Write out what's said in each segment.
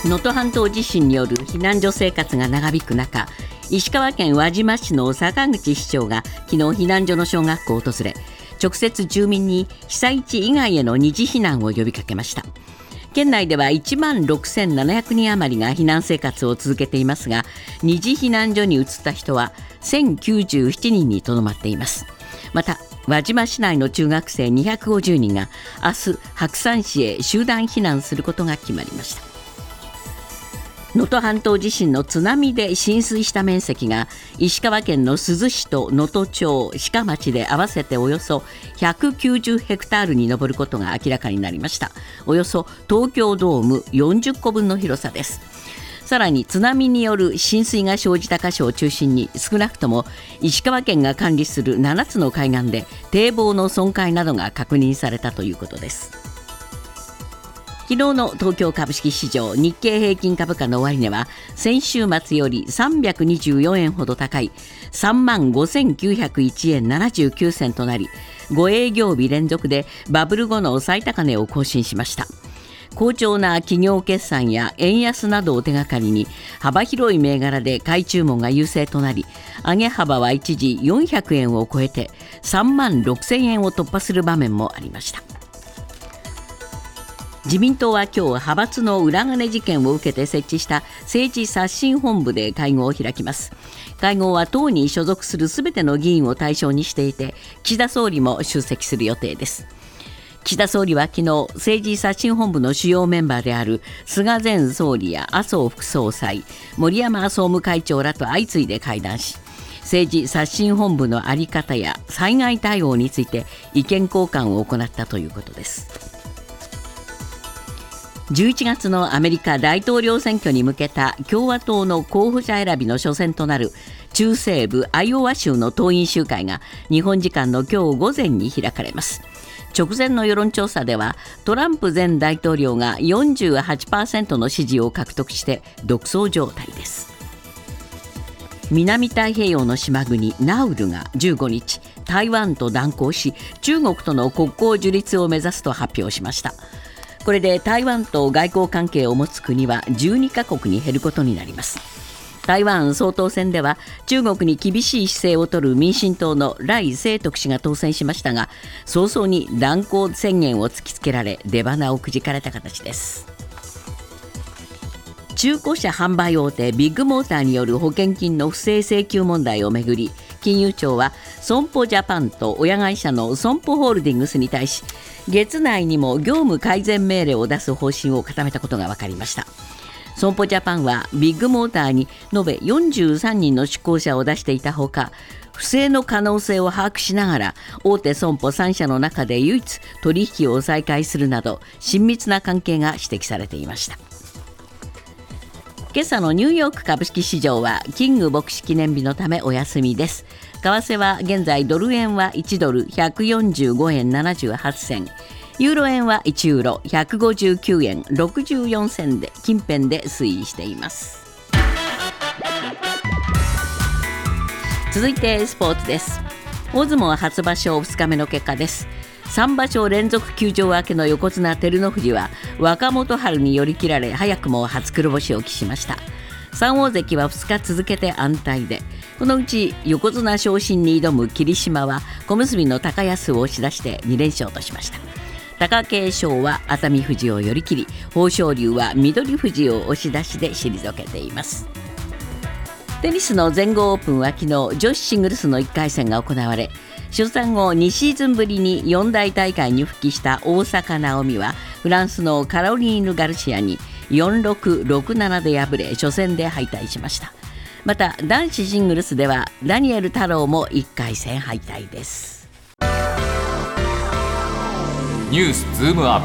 能登半島地震による避難所生活が長引く中、石川県輪島市の坂口市長が昨日避難所の小学校を訪れ、直接住民に被災地以外への二次避難を呼びかけました。県内では1万6700人余りが避難生活を続けていますが、二次避難所に移った人は1097人にとどまっています。また輪島市内の中学生250人が明日白山市へ集団避難することが決まりました。能登半島地震の津波で浸水した面積が石川県の珠洲市と能登町鹿町で合わせておよそ190ヘクタールに上ることが明らかになりました。およそ東京ドーム40個分の広さです。さらに津波による浸水が生じた箇所を中心に少なくとも石川県が管理する7つの海岸で堤防の損壊などが確認されたということです。昨日の東京株式市場、日経平均株価の終値は先週末より324円ほど高い 35,901 円79銭となり、5営業日連続でバブル後の最高値を更新しました。好調な企業決算や円安などを手がかりに幅広い銘柄で買い注文が優勢となり、上げ幅は一時400円を超えて3万6000円を突破する場面もありました。自民党は今日派閥の裏金事件を受けて設置した政治刷新本部で会合を開きます。会合は党に所属するすべての議員を対象にしていて、岸田総理も出席する予定です。岸田総理は昨日政治刷新本部の主要メンバーである菅前総理や麻生副総裁、森山総務会長らと相次いで会談し、政治刷新本部の在り方や災害対応について意見交換を行ったということです。11月のアメリカ大統領選挙に向けた共和党の候補者選びの初戦となる中西部アイオワ州の党員集会が日本時間の今日午前に開かれます。直前の世論調査ではトランプ前大統領が 48% の支持を獲得して独走状態です。南太平洋の島国ナウルが15日、台湾と断交し中国との国交樹立を目指すと発表しました。これで台湾と外交関係を持つ国は12カ国に減ることになります。台湾総統選では中国に厳しい姿勢を取る民進党の頼清徳氏が当選しましたが、早々に断交宣言を突きつけられ出鼻をくじかれた形です。中古車販売大手ビッグモーターによる保険金の不正請求問題をめぐり、金融庁は損保ジャパンと親会社の損保ホールディングスに対し月内にも業務改善命令を出す方針を固めたことが分かりました。損保ジャパンはビッグモーターに延べ43人の出向者を出していたほか、不正の可能性を把握しながら大手損保3社の中で唯一取引を再開するなど親密な関係が指摘されていました。今朝のニューヨーク株式市場はキング牧師記念日のためお休みです。為替は現在ドル円は1ドル145円78銭、ユーロ円は1ユーロ159円64銭で近辺で推移しています。続いてスポーツです。大相撲初場所2日目の結果です。3場所連続休場明けの横綱照ノ富士は若元春に寄り切られ早くも初黒星を喫しました。3大関は2日続けて安泰で、このうち横綱昇進に挑む霧島は小結の高安を押し出して2連勝としました。貴景勝は熱海富士を寄り切り、豊昇龍は翠富士を押し出しで退けています。テニスの全豪オープンは昨日女子シングルスの1回戦が行われ、出産後2シーズンぶりに四大大会に復帰した大坂なおみはフランスのカロリーヌ・ガルシアに 4-6、6-7 で敗れ初戦で敗退しました。また男子シングルスではダニエル太郎も1回戦敗退です。 ニュースズームアッ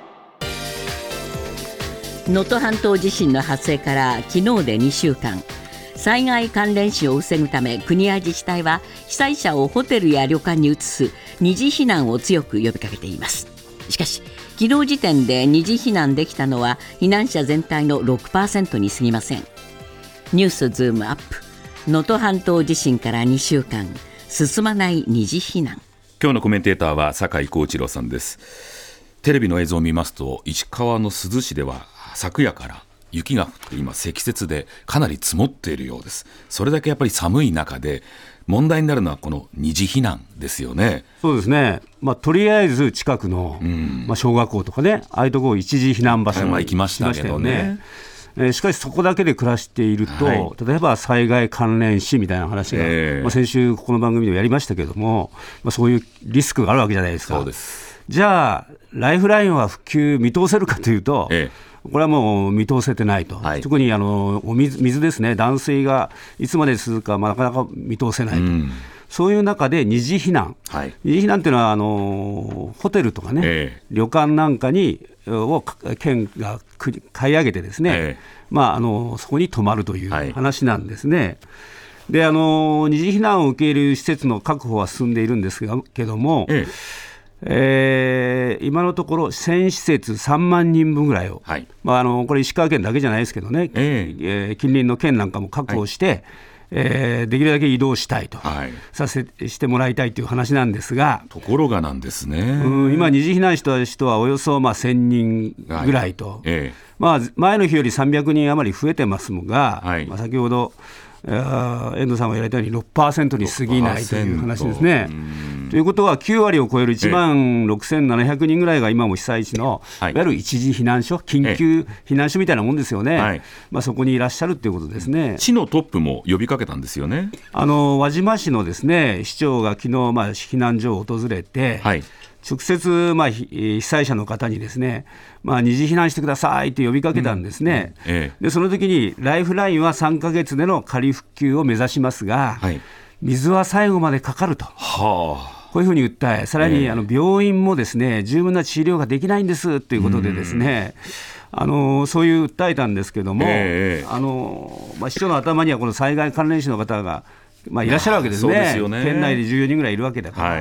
プ。能登半島地震の発生から昨日で2週間、災害関連死を防ぐため国や自治体は被災者をホテルや旅館に移す二次避難を強く呼びかけています。しかし昨日時点で二次避難できたのは避難者全体の 6% に過ぎません。ニュースズームアップ。能登半島地震から2週間、進まない二次避難。 今日のコメンテーターは酒井光一郎さんです。テレビの映像を見ますと石川の珠洲市では昨夜から雪が降って今積雪でかなり積もっているようです。それだけやっぱり寒い中で問題になるのはこの二次避難ですよね。 そうですね、とりあえず近くの、小学校とかね、ああいうところを一時避難場所に行きましたけどね。 しかしそこだけで暮らしていると、 はい、 例えば災害関連死みたいな話が、先週この番組でもやりましたけども、そういうリスクがあるわけじゃないですか。 そうです。 じゃあライフラインは復旧見通せるかというと、これはもう見通せてないと、はい、特にお水ですね、断水がいつまで続くか、なかなか見通せないと、そういう中で二次避難、二次避難というのはホテルとかね、旅館なんかを県が買い上げてですね、そこに泊まるという話なんですね。で二次避難を受け入れる施設の確保は進んでいるんですけども、今のところ1000施設3万人分ぐらいを、これ石川県だけじゃないですけどね、近隣の県なんかも確保して、できるだけ移動したいと、してもらいたいという話なんですが、 ところがなんですね、 今二次避難した人はおよそ1000人ぐらいと、前の日より300人余り増えてますが、先ほど遠藤さんが言われたように 6% に過ぎないという話ですね。ということは9割を超える1万6700人ぐらいが今も被災地のいわゆる一時避難所、緊急避難所みたいなもんですよね。そこにいらっしゃるということですね。 市のトップも呼びかけたんですよね。 輪島市のですね、市長が昨日避難所を訪れて、直接、被災者の方にですね、二次避難してくださいと呼びかけたんですね。でその時にライフラインは3ヶ月での仮復旧を目指しますが、水は最後までかかると、こういうふうに訴え、さらに病院もですね、十分な治療ができないんですということでですね、そういう訴えたんですけども、市長の頭にはこの災害関連死の方が、いらっしゃるわけですね。県内で14人ぐらいいるわけだから、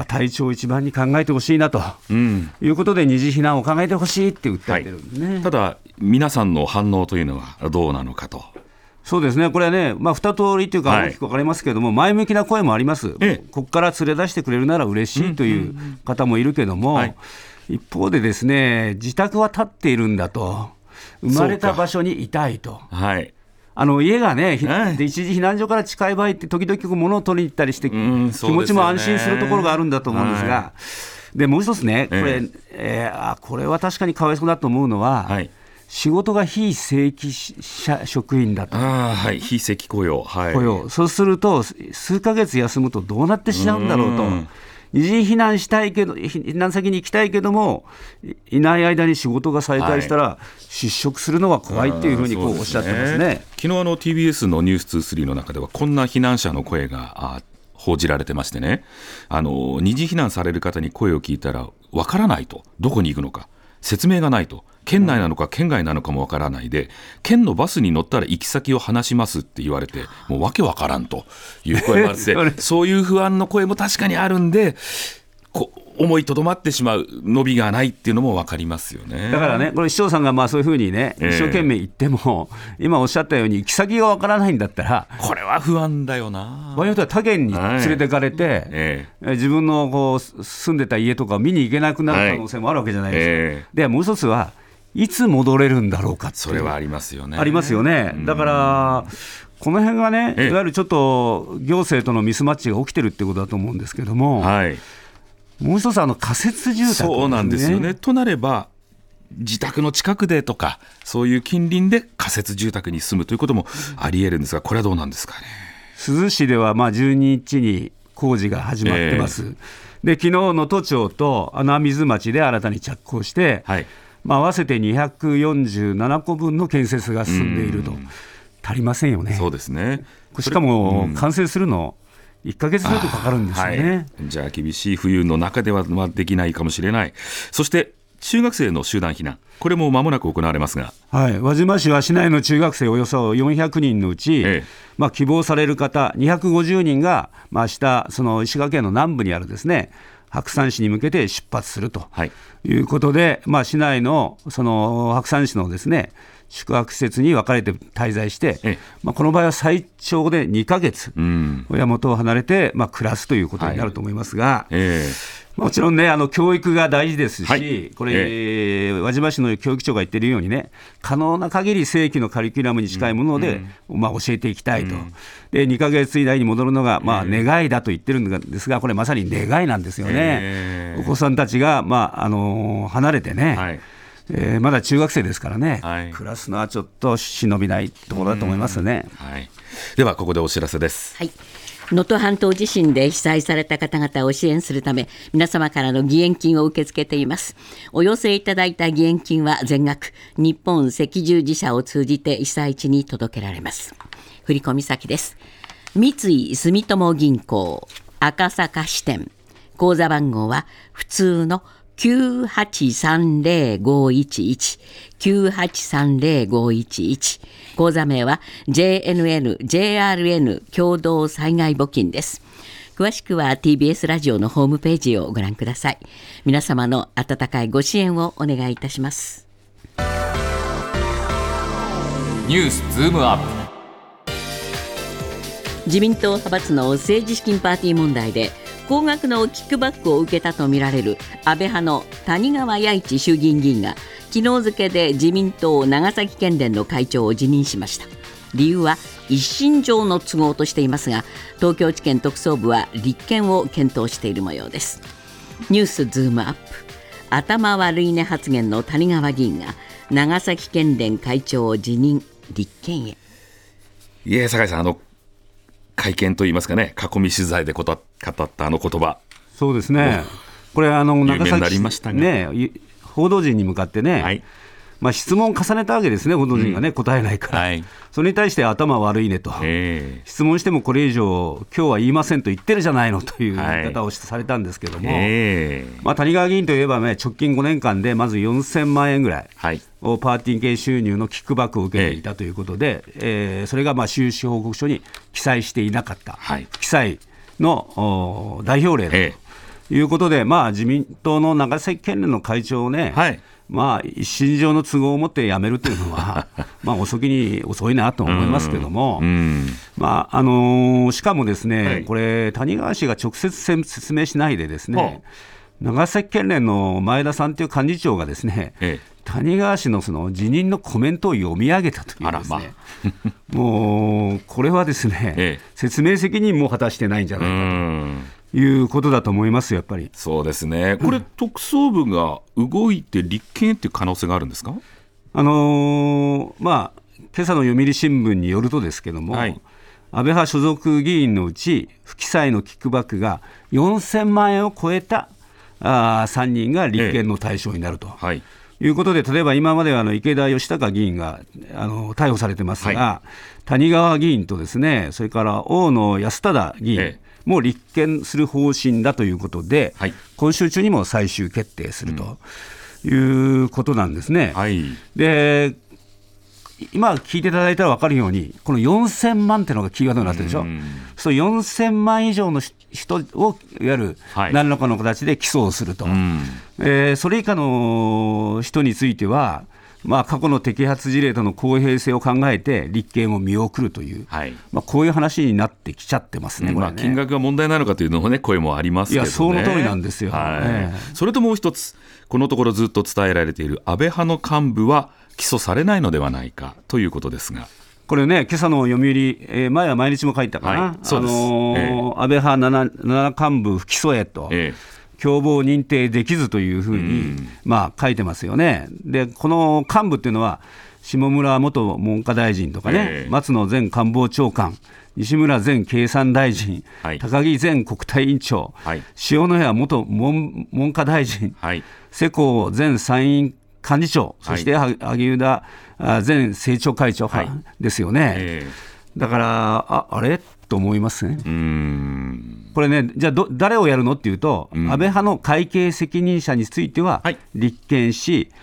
体調を一番に考えてほしいなと、いうことで二次避難を考えてほしいって訴えてるんですね。 ただ皆さんの反応というのはどうなのかと。 そうですね、これはね、二通りというか大きく分かれますけれども、前向きな声もあります。ここから連れ出してくれるなら嬉しいという方もいるけども、一方でですね、自宅は建っているんだと、生まれた場所にいたいと。家がね、で一時避難所から近い場合って時々物を取りに行ったりして、気持ちも安心するところがあるんだと思うんですが、でもう一つね、これは確かにかわいそうだと思うのは、仕事が非正規職員だと、 非正規雇用、 そうすると数ヶ月休むとどうなってしまうんだろうと。二次避難したいけど、避難先に行きたいけども、いない間に仕事が再開したら、失職するのが怖いっていうふうにおっしゃってますね。 昨日TBS のニュース23の中ではこんな避難者の声が報じられてましてね、二次避難される方に声を聞いたらわからないと、どこに行くのか説明がないと、県内なのか県外なのかもわからないで、県のバスに乗ったら行き先を話しますって言われて、もうわけわからんという声もあってそういう不安の声も確かにあるんで、思いとどまってしまう、伸びがないっていうのも分かりますよね。 だからね、これ市長さんがそういうふうにね、一生懸命言っても、今おっしゃったように行き先が分からないんだったら、 これは不安だよな。 場合によっては他県に連れてかれて、自分の住んでた家とかを見に行けなくなる可能性もあるわけじゃないですか。でもう一つはいつ戻れるんだろうかっていう、 それはありますよね。 ありますよね。だからこの辺がね、いわゆるちょっと行政とのミスマッチが起きてるってことだと思うんですけども、もう一つ仮設住宅ですね。 そうなんですよね。となれば自宅の近くでとか、そういう近隣で仮設住宅に住むということもあり得るんですが、これはどうなんですかね。 珠洲市では12日に工事が始まってます。で昨日能登町と穴水町で新たに着工して、合わせて247戸分の建設が進んでいると。足りませんよね。 そうですね。 しかも完成するの1ヶ月程度かかるんですよね。 じゃあ厳しい冬の中ではできないかもしれない。そして中学生の集団避難、これも間もなく行われますが、 輪島市は市内の中学生およそ400人のうち、希望される方250人が、明日その石川県の南部にあるですね、白山市に向けて出発するということで、市内のその白山市のですね、 宿泊施設に分かれて滞在して、この場合は最長で2ヶ月、親元を離れて、暮らすということになると思いますが、もちろんね、教育が大事ですし、これ、輪島市の教育長が言っているようにね、可能な限り正規のカリキュラムに近いもので、教えていきたいと。で2ヶ月以内に戻るのが、願いだと言ってるんですが、これまさに願いなんですよね。お子さんたちが、離れてね、まだ中学生ですからね、暮らすのはちょっと忍びないところだと思いますね。 ではここでお知らせです。 能登半島地震で被災された方々を支援するため、皆様からの義援金を受け付けています。お寄せいただいた義援金は全額日本赤十字社を通じて被災地に届けられます。振込先です。三井住友銀行赤坂支店、口座番号は普通の9830-511 9830-511、口座名は JNN-JRN 共同災害募金です。詳しくは TBS ラジオのホームページをご覧ください。皆様の温かいご支援をお願いいたします。 ニュースズームアップ。 自民党派閥の政治資金パーティー問題で高額のキックバックを受けたとみられる安倍派の谷川弥一衆議院議員が昨日付で自民党長崎県連の会長を辞任しました。理由は一身上の都合としていますが、東京地検特捜部は立件を検討している模様です。ニュースズームアップ。頭悪いね発言の谷川議員が長崎県連会長を辞任、立件へ。 酒井さん、会見といいますかね、囲み取材で語ったあの言葉。 そうですね、これ長崎ね、報道陣に向かってね、質問を重ねたわけですね、報道陣がね、答えないから、それに対して頭悪いねと、質問してもこれ以上今日は言いませんと言ってるじゃないのという言い方をされたんですけども、谷川議員といえば、直近5年間でまず4000万円ぐらいをパーティー系収入のキックバックを受けていたということで、それが収支報告書に記載していなかった、不記載の代表例だということで、自民党の長崎県連の会長をね、一身上の都合を持って辞めるというのは遅いなと思いますけども、しかもですね、これ谷川氏が直接説明しないでですね、長崎県連の前田さんという幹事長がですね、谷川氏のその辞任のコメントを読み上げたというですね、もうこれはですね、説明責任も果たしてないんじゃないかということだと思います。やっぱりそうですね。これ、特捜部が動いて立件っていう可能性があるんですか？ 今朝の読売新聞によるとですけども、安倍派所属議員のうち不記載のキックバックが4000万円を超えた3人が立件の対象になると、いうことで、例えば今までは池田義孝議員が逮捕されてますが、谷川議員とですね、それから大野安忠議員も立件する方針だということで、今週中にも最終決定するということなんですね。で、今聞いていただいたら分かるように、この4000万っていうのがキーワードになってるでしょ。そう4000万以上の人をいわゆる何らかの形で起訴すると、それ以下の人については、過去の摘発事例との公平性を考えて立件を見送るという、こういう話になってきちゃってますね。これね、 金額が問題なのかというのも、声もありますけどね。 その通りなんですよ。 それともう一つ、このところずっと伝えられている安倍派の幹部は起訴されないのではないかということですが、 これね、今朝の読売、前は毎日も書いたかな、安倍派7幹部不起訴へと、共謀認定できずというふうに、書いてますよね。で、この幹部っていうのは下村元文科大臣とかね、松野前官房長官、西村前経産大臣、高木前国対委員長、塩谷元文科大臣、世耕前参院幹事長、そして萩生田前政調会長ですよね。だからあれと思いますね。これね、じゃあ誰をやるのっていうと、安倍派の会計責任者については立件し、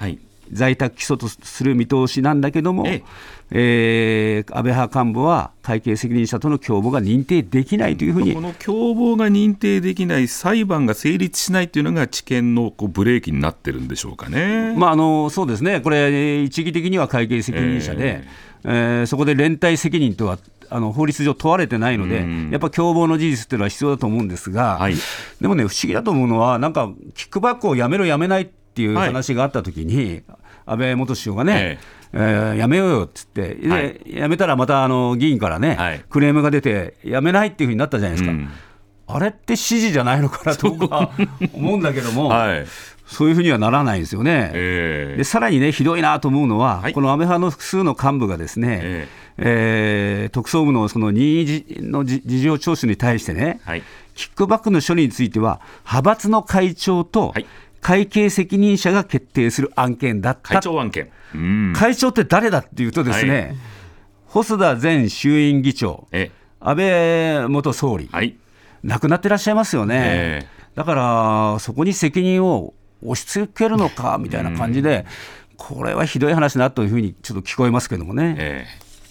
在宅起訴とする見通しなんだけども、安倍派幹部は会計責任者との共謀が認定できないというふうに、 この共謀が認定できない、裁判が成立しないというのが地検のブレーキになってるんでしょうかね。 そうですね、これ一義的には会計責任者で、そこで連帯責任とは法律上問われてないので、やっぱ共謀の事実というのは必要だと思うんですが、でもね、不思議だと思うのは、なんかキックバックをやめろやめないっていう話があったときに、安倍元首相がね、やめようよっつって、やめたらまた議員からね、クレームが出て、やめないっていうふうになったじゃないですか。あれって指示じゃないのかなと僕は思うんだけども、そういうふうにはならないんですよね。でさらにね、ひどいなと思うのは、この安倍派の複数の幹部がですね、特捜部のその任意の事情聴取に対してね、キックバックの処理については、派閥の会長と会計責任者が決定する案件だった。 会長案件。 会長って誰だっていうとですね、細田前衆院議長、安倍元総理、亡くなってらっしゃいますよね。だからそこに責任を押し付けるのかみたいな感じで、これはひどい話だというふうにちょっと聞こえますけどもね。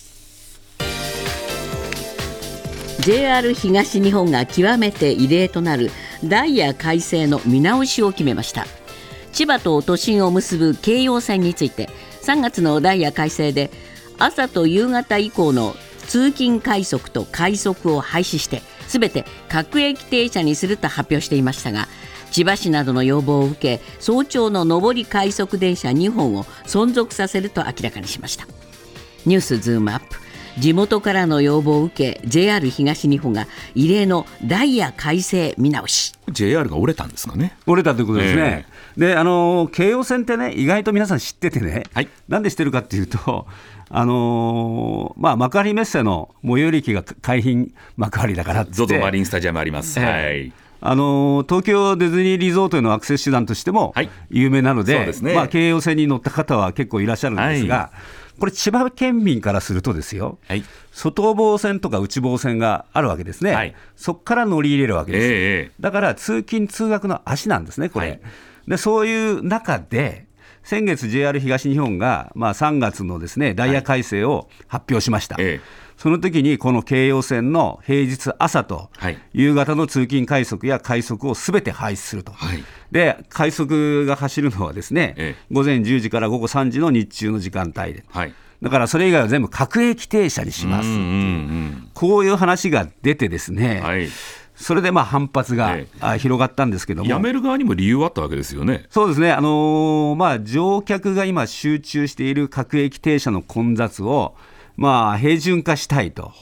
JR 東日本が極めて異例となるダイヤ改正の見直しを決めました。千葉と都心を結ぶ京葉線について、3月のダイヤ改正で朝と夕方以降の通勤快速と快速を廃止してすべて各駅停車にすると発表していましたが、千葉市などの要望を受け、早朝の上り快速電車2本を存続させると明らかにしました。ニュースズームアップ。地元からの要望を受け、 JR 東日本が異例のダイヤ改正見直し。 JR が折れたんですかね。 折れたということですね。で京葉線ってね、意外と皆さん知っててね、なんで知ってるかっていうと、幕張メッセの最寄り駅が海浜幕張だからって、 ZOZO マリンスタジアムあります。 東京ディズニーリゾートへのアクセス手段としても有名なので、京葉線に乗った方は結構いらっしゃるんですが、これ千葉県民からするとですよ、外房線とか内房線があるわけですね。そこから乗り入れるわけです。だから通勤通学の足なんですね、これ。でそういう中で先月 JR 東日本が、3月のですね、ダイヤ改正を発表しました。その時にこの京葉線の平日朝と夕方の通勤快速や快速をすべて廃止すると。で快速が走るのはですね、午前10時から午後3時の日中の時間帯で、だからそれ以外は全部各駅停車にしますっていう、こういう話が出てですね、それで反発が広がったんですけども、 辞める側にも理由はあったわけですよね。 そうですね、乗客が今集中している各駅停車の混雑を平準化したいと。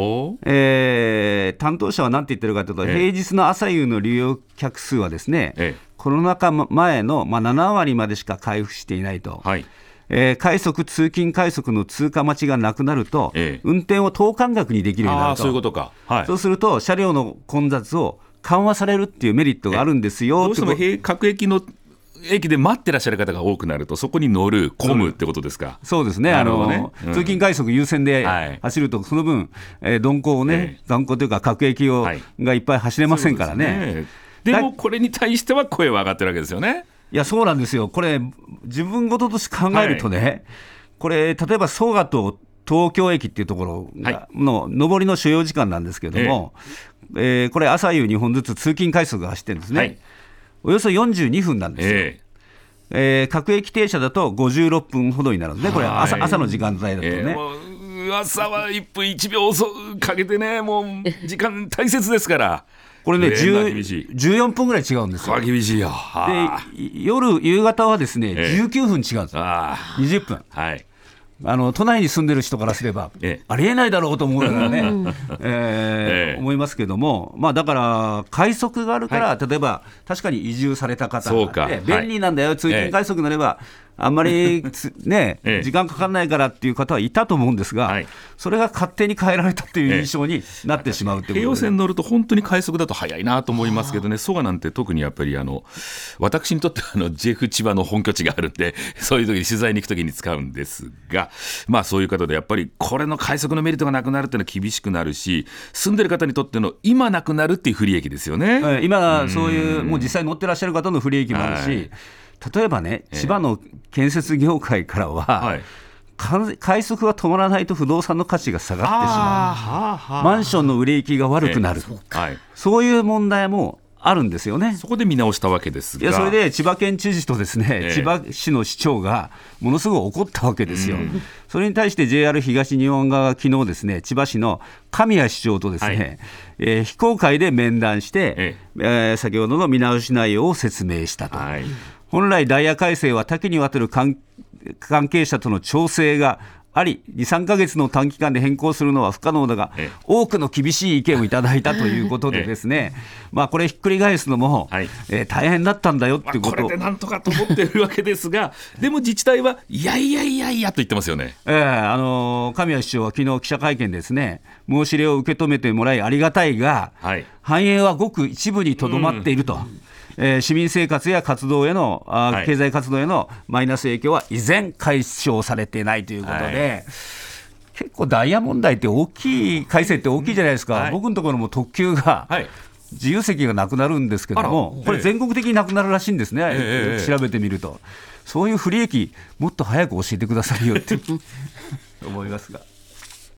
担当者は何て言ってるかというと、平日の朝夕の利用客数はですね、コロナ禍前の7割までしか回復していないと。快速通勤快速の通過待ちがなくなると、運転を等間隔にできるようになると。 そういうことか。 そうすると車両の混雑を緩和されるっていうメリットがあるんですよ。 どうしても各駅の駅で待ってらっしゃる方が多くなると、そこに乗る、混むってことですか。 そうですね、通勤快速優先で走ると、その分、鈍行をね、鈍行というか各駅がいっぱい走れませんからね。 でもこれに対しては声は上がってるわけですよね。 いや、そうなんですよ。これ自分事として考えるとね、これ例えば蘇我と東京駅っていうところの上りの所要時間なんですけれども、これ朝夕2本ずつ通勤快速が走ってるんですね。およそ42分なんですよ。各駅停車だと56分ほどになるんですね。これ 朝の時間帯だとね。 朝は1分1秒かけてね、もう時間大切ですから。 これね、14分ぐらい違うんですよ。 厳しいよ。 で夕方はですね、19分違うんですよ。20分。都内に住んでる人からすれば、ありえないだろうと思うからね、思いますけども、だから快速があるから、例えば確かに移住された方が、便利なんだよ、通勤快速になればあんまり時間かかんないからっていう方はいたと思うんですが、それが勝手に変えられたっていう印象になってしまうってことで、 京葉線乗ると本当に快速だと早いなと思いますけどね。蘇我なんて特にやっぱり私にとってはJF 千葉の本拠地があるんで、そういう時に取材に行く時に使うんですが、そういう方でやっぱりこれの快速のメリットがなくなるっていうのは厳しくなるし、住んでる方にとっての今なくなるっていう不利益ですよね。 今そういうもう実際乗ってらっしゃる方の不利益もあるし、例えばね、千葉の建設業界からは、快速が止まらないと不動産の価値が下がってしまう、マンションの売れ行きが悪くなる、そういう問題もあるんですよね。 そこで見直したわけですが、 それで千葉県知事とですね、千葉市の市長がものすごい怒ったわけですよ。それに対して JR 東日本側が昨日ですね、千葉市の神谷市長とですね、非公開で面談して、先ほどの見直し内容を説明したと。本来ダイヤ改正は多岐にわたる関係者との調整があり、2、3ヶ月の短期間で変更するのは不可能だが、多くの厳しい意見をいただいたということでですね、これひっくり返すのも、大変だったんだよっていうことを、 これでなんとかと思ってるわけですが、でも自治体はいやいやいやいやと言ってますよね。 神谷市長は昨日記者会見ですね、申し入れを受け止めてもらいありがたいが、反映はごく一部にとどまっていると。市民生活や活動への経済活動へのマイナス影響は依然解消されていないということで、結構ダイヤ問題って大きい、改正って大きいじゃないですか。僕のところも特急が、自由席がなくなるんですけども、これ全国的になくなるらしいんですね、調べてみると。そういう不利益もっと早く教えてくださいよって思いますが。